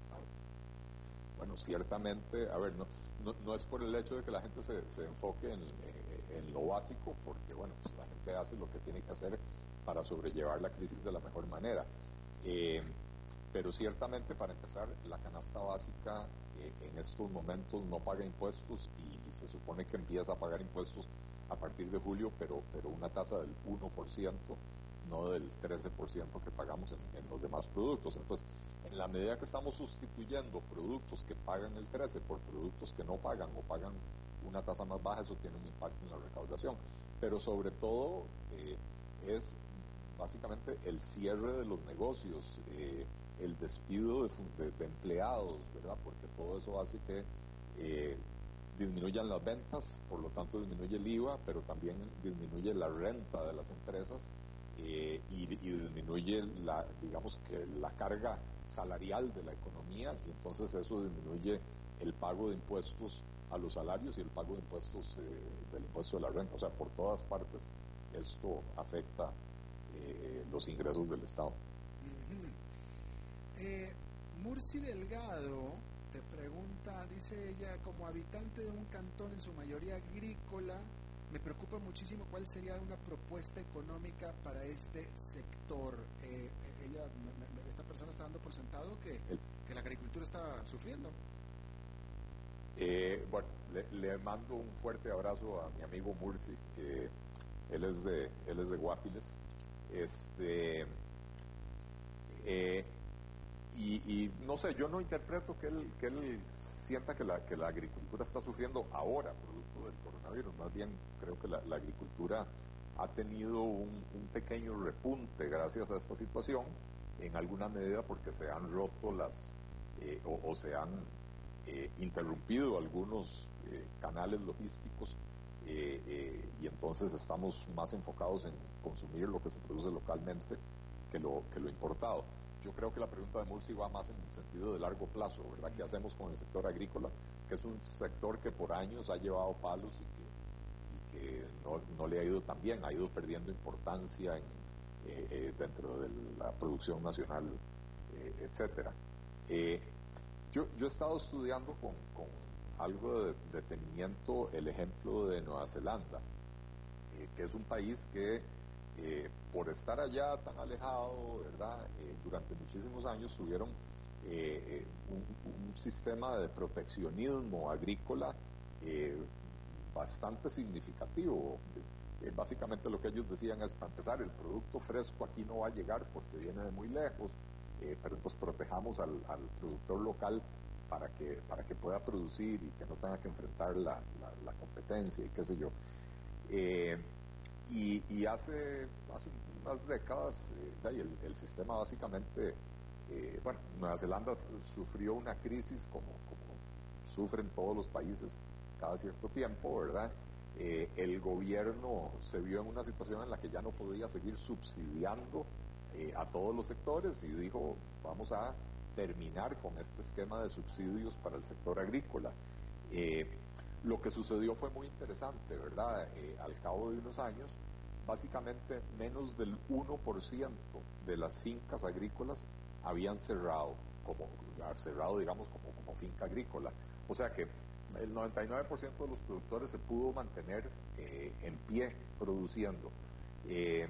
Bueno, ciertamente, a ver, no No, no es por el hecho de que la gente se, se enfoque en, en lo básico, porque bueno, pues la gente hace lo que tiene que hacer para sobrellevar la crisis de la mejor manera. Eh, pero ciertamente, para empezar, la canasta básica eh, en estos momentos no paga impuestos y, y se supone que empieza a pagar impuestos a partir de julio, pero, pero una tasa del uno por ciento, no del trece por ciento que pagamos en, en los demás productos. Entonces, en la medida que estamos sustituyendo productos que pagan el trece por productos que no pagan o pagan una tasa más baja, eso tiene un impacto en la recaudación. Pero sobre todo eh, es básicamente el cierre de los negocios, eh, el despido de, de, de empleados, ¿verdad? Porque todo eso hace que eh, disminuyan las ventas, por lo tanto disminuye el I V A, pero también disminuye la renta de las empresas eh, y, y disminuye la, digamos que la carga salarial de la economía, y entonces eso disminuye el pago de impuestos a los salarios y el pago de impuestos eh, del impuesto de la renta. O sea, por todas partes esto afecta eh, los ingresos del Estado. Uh-huh. eh, Murci Delgado te pregunta, dice ella, como habitante de un cantón en su mayoría agrícola, me preocupa muchísimo cuál sería una propuesta económica para este sector. Eh, ella, esta persona está dando por sentado que, que la agricultura está sufriendo. Eh, bueno, le, le mando un fuerte abrazo a mi amigo Murci, que él es de él es de Guapiles, este eh, y, y no sé, yo no interpreto que él que él sienta que la que la agricultura está sufriendo ahora producto del coronavirus. Más bien creo que la, la agricultura ha tenido un, un pequeño repunte gracias a esta situación, en alguna medida porque se han roto las eh, o, o se han Eh, interrumpido algunos eh, canales logísticos eh, eh, y entonces estamos más enfocados en consumir lo que se produce localmente que lo, que lo importado. Yo creo que la pregunta de Murci va más en el sentido de largo plazo, ¿verdad? ¿Qué hacemos con el sector agrícola? Que es un sector que por años ha llevado palos y que, y que no, no le ha ido tan bien, ha ido perdiendo importancia en, eh, eh, dentro de la producción nacional, eh, etcétera. Eh, Yo, yo he estado estudiando con, con algo de detenimiento el ejemplo de Nueva Zelanda, eh, que es un país que eh, por estar allá tan alejado, ¿verdad? Eh, durante muchísimos años tuvieron eh, un, un sistema de proteccionismo agrícola eh, bastante significativo. Eh, básicamente lo que ellos decían es, para empezar, el producto fresco aquí no va a llegar porque viene de muy lejos. Eh, pero pues protejamos al, al productor local para que para que pueda producir y que no tenga que enfrentar la, la, la competencia y qué sé yo. Eh, y, y hace, hace unas décadas eh, el, el sistema básicamente, eh, bueno, Nueva Zelanda sufrió una crisis como, como sufren todos los países cada cierto tiempo, ¿verdad? Eh, el gobierno se vio en una situación en la que ya no podía seguir subsidiando Eh, a todos los sectores y dijo, vamos a terminar con este esquema de subsidios para el sector agrícola. Eh, lo que sucedió fue muy interesante, ¿verdad? Eh, al cabo de unos años, básicamente menos del uno por ciento de las fincas agrícolas habían cerrado, como cerrado digamos como, como finca agrícola. O sea que el noventa y nueve por ciento de los productores se pudo mantener eh, en pie produciendo. Eh,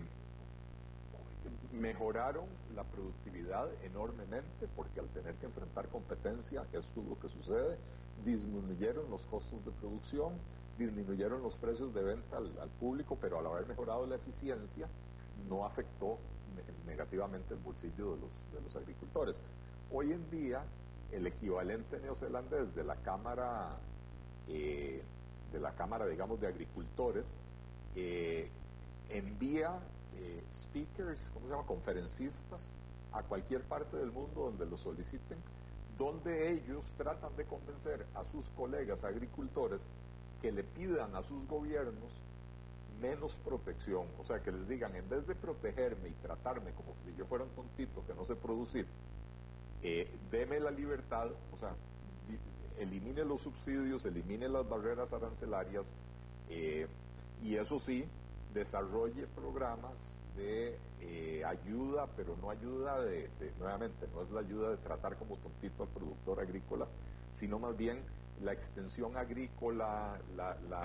mejoraron la productividad enormemente porque al tener que enfrentar competencia, esto es lo que sucede, disminuyeron los costos de producción, disminuyeron los precios de venta al, al público, pero al haber mejorado la eficiencia no afectó negativamente el bolsillo de los, de los agricultores. Hoy en día el equivalente neozelandés de la Cámara eh, de la Cámara digamos de Agricultores eh, envía Eh, speakers, ¿cómo se llama? Conferencistas a cualquier parte del mundo donde lo soliciten, donde ellos tratan de convencer a sus colegas agricultores que le pidan a sus gobiernos menos protección, o sea, que les digan, en vez de protegerme y tratarme como si yo fuera un tontito que no sé producir, eh, deme la libertad, o sea, elimine los subsidios, elimine las barreras arancelarias, eh, y eso sí, desarrolle programas de eh, ayuda, pero no ayuda de, de, nuevamente, no es la ayuda de tratar como tontito al productor agrícola, sino más bien la extensión agrícola, la, la,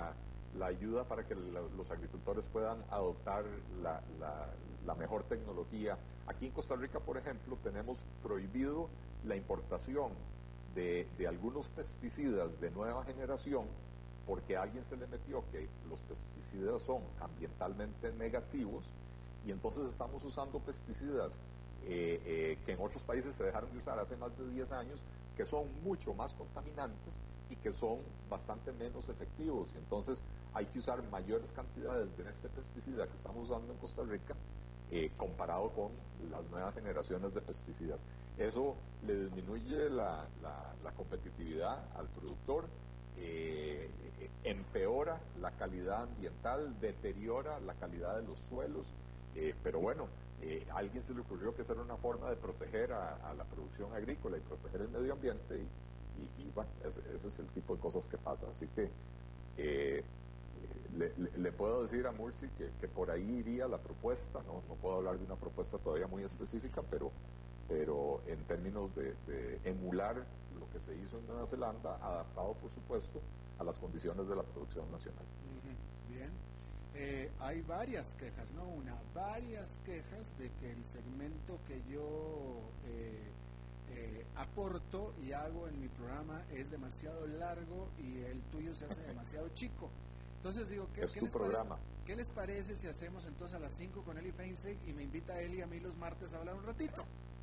la ayuda para que la, los agricultores puedan adoptar la, la, la mejor tecnología. Aquí en Costa Rica, por ejemplo, tenemos prohibido la importación de, de algunos pesticidas de nueva generación porque a alguien se le metió que los pesticidas son ambientalmente negativos y entonces estamos usando pesticidas eh, eh, que en otros países se dejaron de usar hace más de diez años, que son mucho más contaminantes y que son bastante menos efectivos. Entonces hay que usar mayores cantidades de este pesticida que estamos usando en Costa Rica eh, comparado con las nuevas generaciones de pesticidas. Eso le disminuye la, la, la competitividad al productor, eh, empeora la calidad ambiental, deteriora la calidad de los suelos, eh, pero bueno, eh, a alguien se le ocurrió que esa era una forma de proteger a, a la producción agrícola y proteger el medio ambiente y, y, y bueno, ese, ese es el tipo de cosas que pasa. Así que eh, le, le, le puedo decir a Murci que, que por ahí iría la propuesta, no, no puedo hablar de una propuesta todavía muy específica, pero pero en términos de, de emular lo que se hizo en Nueva Zelanda, adaptado por supuesto a las condiciones de la producción nacional. Uh-huh. Bien, eh, hay varias quejas, no una, varias quejas de que el segmento que yo eh, eh, aporto y hago en mi programa es demasiado largo y el tuyo se hace demasiado chico. Entonces digo, ¿qué, es ¿qué, tu les programa. Pare- ¿qué les parece si hacemos entonces a las cinco con Eli Feinstein y me invita a Eli y a mí los martes a hablar un ratito?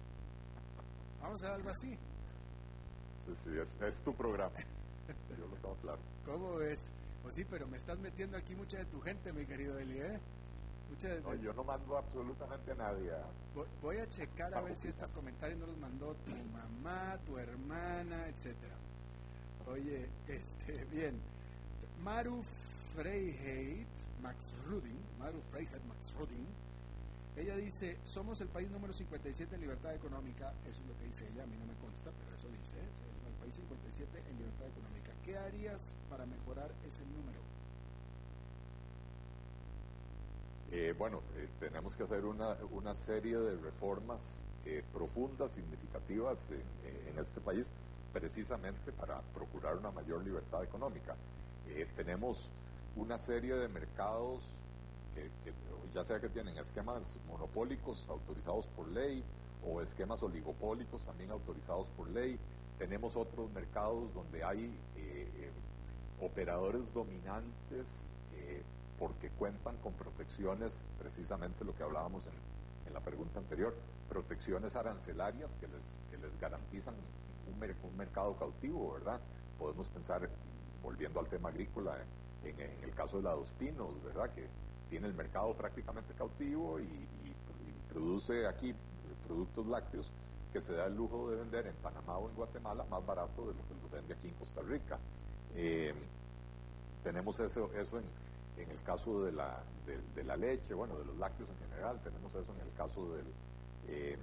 Vamos a hacer algo así. Sí, sí, es, es tu programa. Yo lo tengo claro. ¿Cómo ves? Pues sí, pero me estás metiendo aquí mucha de tu gente, mi querido Eli, ¿eh? Mucha de... No, yo no mando absolutamente a nadie. A... Voy, voy a checar a ver si estos comentarios no los mandó tu mamá, tu hermana, etcétera. Oye, este, bien. Maru Freiheit Max Rudin, Maru Freiheit Max Rudin, ella dice, somos el país número cincuenta y siete en libertad económica, eso es lo que dice ella, a mí no me consta, pero eso dice, es el país cincuenta y siete en libertad económica. ¿Qué harías para mejorar ese número? Eh, bueno, eh, tenemos que hacer una, una serie de reformas eh, profundas, significativas en, en este país, precisamente para procurar una mayor libertad económica. Eh, tenemos una serie de mercados que, que ya sea que tienen esquemas monopólicos autorizados por ley o esquemas oligopólicos también autorizados por ley. Tenemos otros mercados donde hay eh, operadores dominantes eh, porque cuentan con protecciones, precisamente lo que hablábamos en, en la pregunta anterior, protecciones arancelarias que les, que les garantizan un, mer- un mercado cautivo, ¿verdad? Podemos pensar, volviendo al tema agrícola, en, en el caso de la Dos Pinos, ¿verdad? Que tiene el mercado prácticamente cautivo y, y, y produce aquí productos lácteos que se da el lujo de vender en Panamá o en Guatemala más barato de lo que lo vende aquí en Costa Rica. Eh, tenemos eso, eso en, en el caso de la, de, de la leche, bueno, de los lácteos en general, tenemos eso en el caso del... Eh,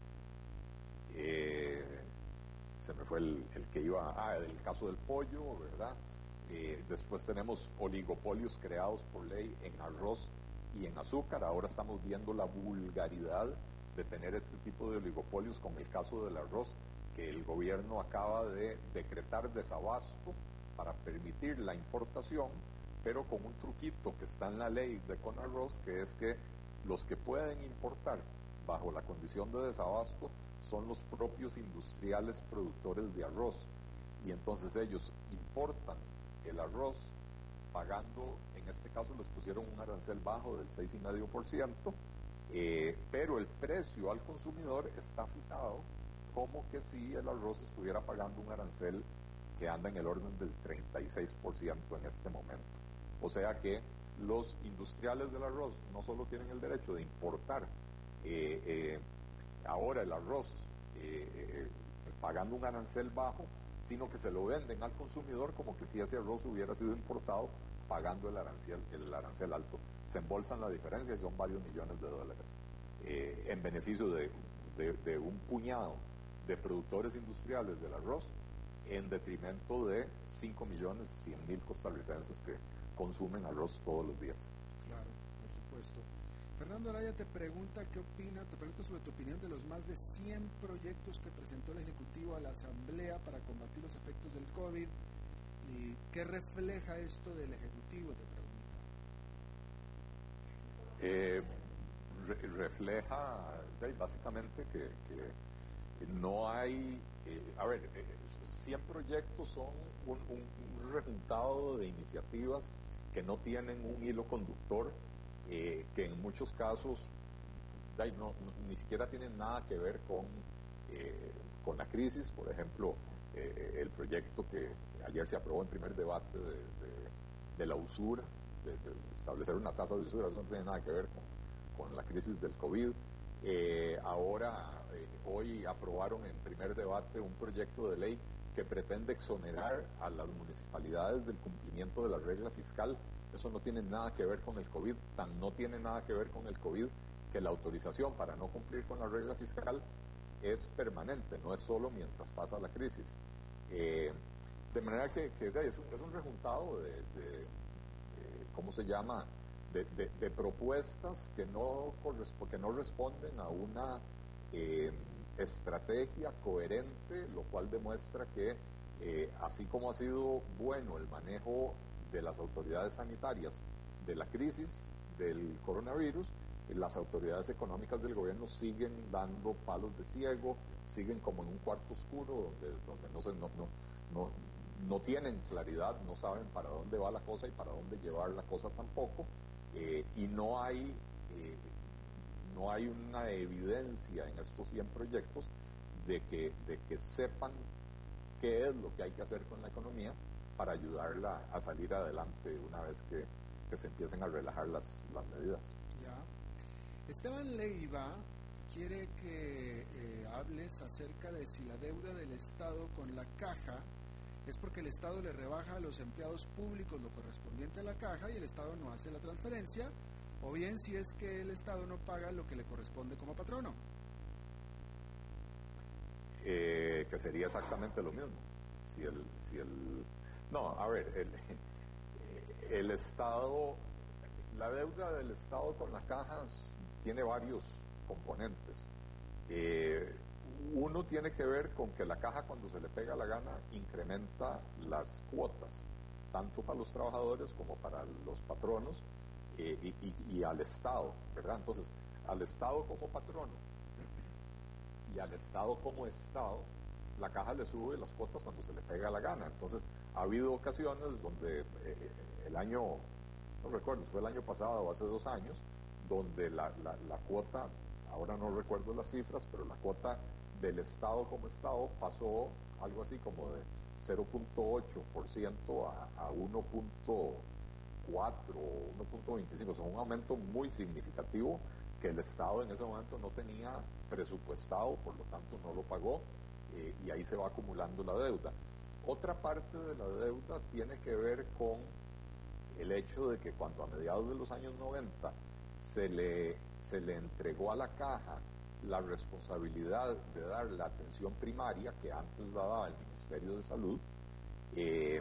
eh, se me fue el, el que iba... Ah, el caso del pollo, ¿verdad? Eh, después tenemos oligopolios creados por ley en arroz y en azúcar. Ahora estamos viendo la vulgaridad de tener este tipo de oligopolios, como el caso del arroz, que el gobierno acaba de decretar desabasto para permitir la importación, pero con un truquito que está en la ley de Conarroz, que es que los que pueden importar bajo la condición de desabasto son los propios industriales productores de arroz, y entonces ellos importan el arroz pagando, en este caso les pusieron un arancel bajo del seis coma cinco por ciento, eh, pero el precio al consumidor está fijado como que si el arroz estuviera pagando un arancel que anda en el orden del treinta y seis por ciento en este momento. O sea que los industriales del arroz no solo tienen el derecho de importar eh, eh, ahora el arroz eh, eh, pagando un arancel bajo, sino que se lo venden al consumidor como que si ese arroz hubiera sido importado pagando el arancel, el arancel alto. Se embolsan la diferencia y son varios millones de dólares eh, en beneficio de, de, de un puñado de productores industriales del arroz en detrimento de cinco millones cien mil costarricenses que consumen arroz todos los días. Claro, por supuesto. Fernando Araya te pregunta qué opina, te pregunta sobre tu opinión de los más de cien proyectos que presentó el Ejecutivo a la Asamblea para combatir los efectos del COVID ¿Y qué refleja esto del Ejecutivo? Te pregunto. Eh, re- refleja eh, básicamente que, que no hay, eh, a ver, eh, cien proyectos son un, un, un resultado de iniciativas que no tienen un hilo conductor, eh, que en muchos casos eh, no, no, ni siquiera tienen nada que ver con, eh, con la crisis. Por ejemplo, eh, el proyecto que ayer se aprobó en primer debate de, de, de la usura, de, de establecer una tasa de usura, eso no tiene nada que ver con, con la crisis del COVID. Eh, ahora, eh, hoy aprobaron en primer debate un proyecto de ley que pretende exonerar a las municipalidades del cumplimiento de la regla fiscal. Eso no tiene nada que ver con el COVID, tan no tiene nada que ver con el COVID que la autorización para no cumplir con la regla fiscal es permanente, no es solo mientras pasa la crisis. Eh, de manera que, que es, un, es un rejuntado de, de, de ¿cómo se llama?, de, de, de propuestas que no, que no responden a una eh, estrategia coherente, lo cual demuestra que eh, así como ha sido bueno el manejo de las autoridades sanitarias de la crisis del coronavirus, las autoridades económicas del gobierno siguen dando palos de ciego, siguen como en un cuarto oscuro donde, donde no, se, no, no, no, no tienen claridad, no saben para dónde va la cosa y para dónde llevar la cosa tampoco, eh, y no hay eh, no hay una evidencia en estos cien proyectos de que, de que sepan qué es lo que hay que hacer con la economía para ayudarla a salir adelante una vez que, que se empiecen a relajar las, las medidas. Ya. Esteban Leiva quiere que eh, hables acerca de si la deuda del Estado con la Caja es porque el Estado le rebaja a los empleados públicos lo correspondiente a la Caja y el Estado no hace la transferencia, o bien si es que el Estado no paga lo que le corresponde como patrono. Eh, que sería exactamente lo mismo. Si el, si el, no, a ver, el, el Estado, la deuda del Estado con las cajas tiene varios componentes. Eh, uno tiene que ver con que la Caja, cuando se le pega la gana, incrementa las cuotas, tanto para los trabajadores como para los patronos, eh, y, y, y al Estado, ¿verdad? Entonces, al Estado como patrono y al Estado como Estado, la Caja le sube las cuotas cuando se le pega la gana. Entonces, ha habido ocasiones donde eh, el año, no recuerdo si fue el año pasado o hace dos años, donde la, la, la cuota, ahora no recuerdo las cifras, pero la cuota del Estado como Estado pasó algo así como de cero punto ocho por ciento a, a uno punto cuatro, uno punto veinticinco, o sea, un aumento muy significativo que el Estado en ese momento no tenía presupuestado, por lo tanto no lo pagó, eh, y ahí se va acumulando la deuda. Otra parte de la deuda tiene que ver con el hecho de que cuando a mediados de los años noventa se le, se le entregó a la Caja la responsabilidad de dar la atención primaria que antes la daba el Ministerio de Salud, eh,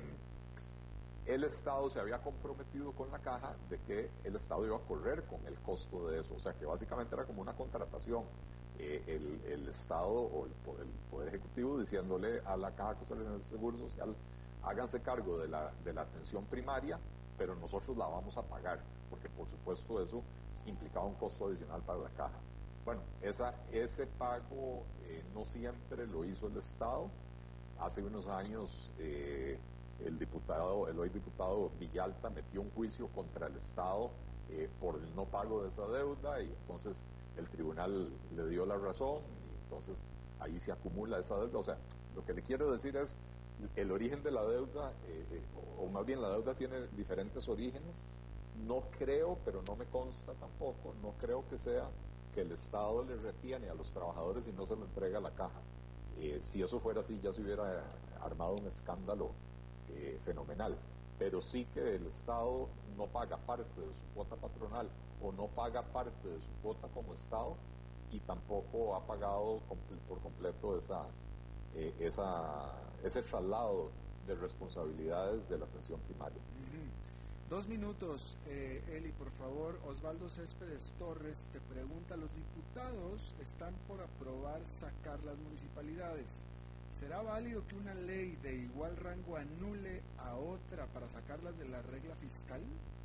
el Estado se había comprometido con la Caja de que el Estado iba a correr con el costo de eso, o sea que básicamente era como una contratación, eh, el, el Estado o el poder, el poder Ejecutivo diciéndole a la Caja Costarricense de Seguro Social: háganse cargo de la, de la atención primaria, pero nosotros la vamos a pagar, porque por supuesto eso implicaba un costo adicional para la Caja. Bueno, esa, ese pago eh, no siempre lo hizo el Estado. Hace unos años eh, el diputado, el hoy diputado Villalta metió un juicio contra el Estado eh, por el no pago de esa deuda, y entonces el tribunal le dio la razón, y entonces ahí se acumula esa deuda. O sea, lo que le quiero decir es, el origen de la deuda, eh, eh, o, o más bien la deuda tiene diferentes orígenes. No creo, pero no me consta tampoco, no creo que sea que el Estado le retiene a los trabajadores y no se lo entrega a la Caja. Eh, si eso fuera así, ya se hubiera armado un escándalo eh, fenomenal. Pero sí que el Estado no paga parte de su cuota patronal o no paga parte de su cuota como Estado, y tampoco ha pagado por completo esa, eh, esa, ese traslado de responsabilidades de la atención primaria. Dos minutos, eh, Eli, por favor. Osvaldo Céspedes Torres te pregunta: los diputados están por aprobar sacar las municipalidades. ¿será válido que una ley de igual rango anule a otra para sacarlas de la regla fiscal?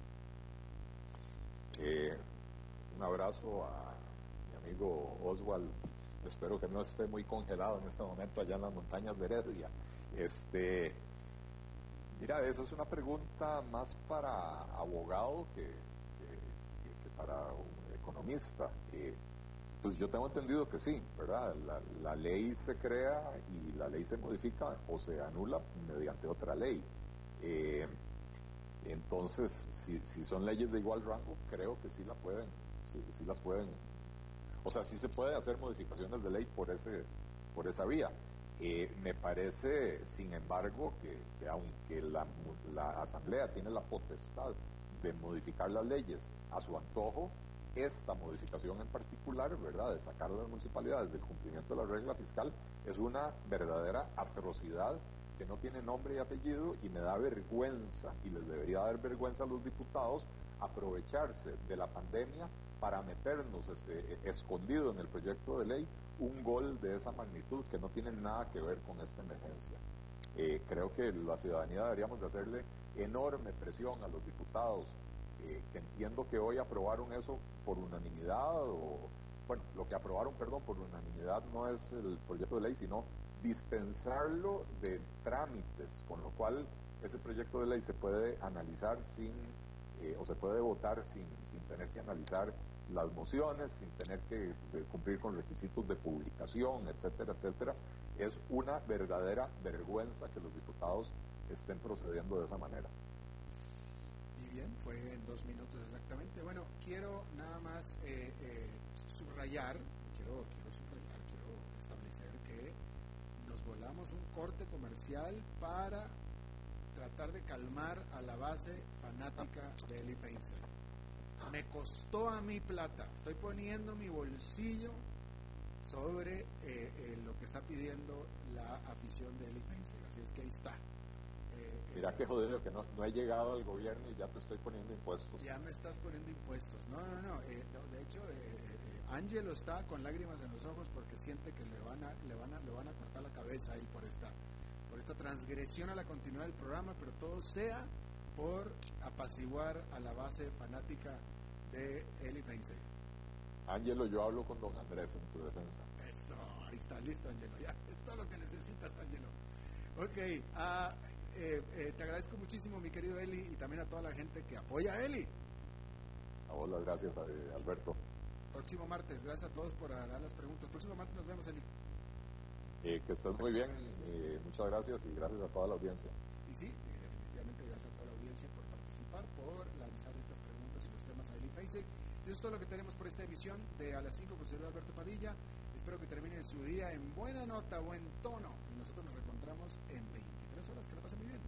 Eh, un abrazo a mi amigo Oswald. Espero que no esté muy congelado en este momento allá en las montañas de Heredia. Este, mira, eso es una pregunta más para abogado que, que, que para un economista. Eh, pues yo tengo entendido que sí, ¿verdad? La, la ley se crea y la ley se modifica o se anula mediante otra ley. Eh, entonces, si, si son leyes de igual rango, creo que sí la pueden, sí, sí las pueden, o sea, sí se puede hacer modificaciones de ley por ese, por esa vía. Eh, me parece, sin embargo, que, que aunque la, la Asamblea tiene la potestad de modificar las leyes a su antojo, esta modificación en particular, ¿verdad?, de sacar a las municipalidades del cumplimiento de la regla fiscal, es una verdadera atrocidad que no tiene nombre y apellido, y me da vergüenza, y les debería dar vergüenza a los diputados, aprovecharse de la pandemia para meternos este, escondido en el proyecto de ley un gol de esa magnitud que no tiene nada que ver con esta emergencia. Eh, creo que la ciudadanía deberíamos de hacerle enorme presión a los diputados, eh, que entiendo que hoy aprobaron eso por unanimidad, o bueno, lo que aprobaron, perdón, por unanimidad no es el proyecto de ley, sino dispensarlo de trámites, con lo cual ese proyecto de ley se puede analizar sin, eh, o se puede votar sin, sin tener que analizar las mociones, sin tener que eh, cumplir con requisitos de publicación, etcétera, etcétera. Es una verdadera vergüenza que los diputados estén procediendo de esa manera. Y bien, fue en dos minutos exactamente. Bueno, quiero nada más eh, eh, subrayar, quiero, quiero subrayar, quiero establecer que nos volamos un corte comercial para tratar de calmar a la base fanática de Eli Feinstein. Me costó a mí plata, estoy poniendo mi bolsillo sobre eh, eh, lo que está pidiendo la afición de Eli Feinstein, así es que ahí está. Eh, Mira eh, qué jodido que no, no he llegado al gobierno y ya te estoy poniendo impuestos. Ya me estás poniendo impuestos. No, no, no. Eh, no de hecho, eh, eh, Angelo está con lágrimas en los ojos porque siente que le van a, le van a, le van a cortar la cabeza ahí por esta, por esta transgresión a la continuidad del programa, pero todo sea por apaciguar a la base fanática de Eli Feinstein. Ángelo, yo hablo con don Andrés en tu defensa. Eso, ahí está, listo, Ángelo. Ya, es todo lo que necesitas, Ángelo. Ok, uh, eh, eh, te agradezco muchísimo, mi querido Eli, y también a toda la gente que apoya a Eli. A vos las gracias, eh, Alberto. Próximo martes, gracias a todos por dar las preguntas. Próximo martes nos vemos, Eli. Eh, que estés muy bien, eh, muchas gracias y gracias a toda la audiencia. Y sí, eh, definitivamente gracias a toda la audiencia por participar, por lanzar estas preguntas y los temas a Eli Feinstein. Eso es todo lo que tenemos por esta emisión de A las cinco con servidor Alberto Padilla. Espero que termine su día en buena nota, buen tono. Y nosotros nos reencontramos en veintitrés horas. Que la pasen muy bien.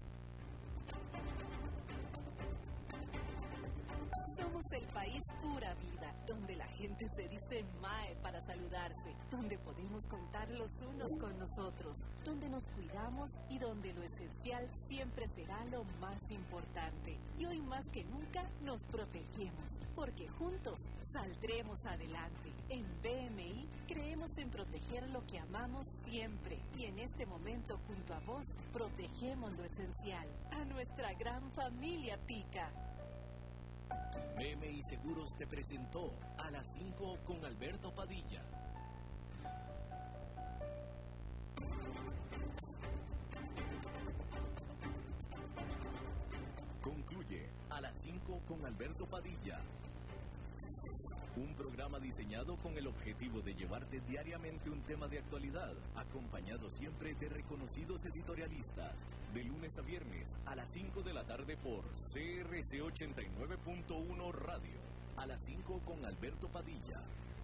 Somos el país pura vida, donde la gente se dice mae para saludarse, donde podemos contar los unos con nosotros, donde nos cuidamos y donde lo esencial siempre será lo más importante. Y hoy más que nunca nos protegemos, porque juntos saldremos adelante. En B M I creemos en proteger lo que amamos siempre, y en este momento junto a vos protegemos lo esencial, a nuestra gran familia tica. B M I Seguros te presentó A las cinco con Alberto Padilla. Concluye A las cinco con Alberto Padilla. Un programa diseñado con el objetivo de llevarte diariamente un tema de actualidad, acompañado siempre de reconocidos editorialistas, de lunes a viernes a las cinco de la tarde por C R C ochenta y nueve punto uno Radio. A las cinco con Alberto Padilla.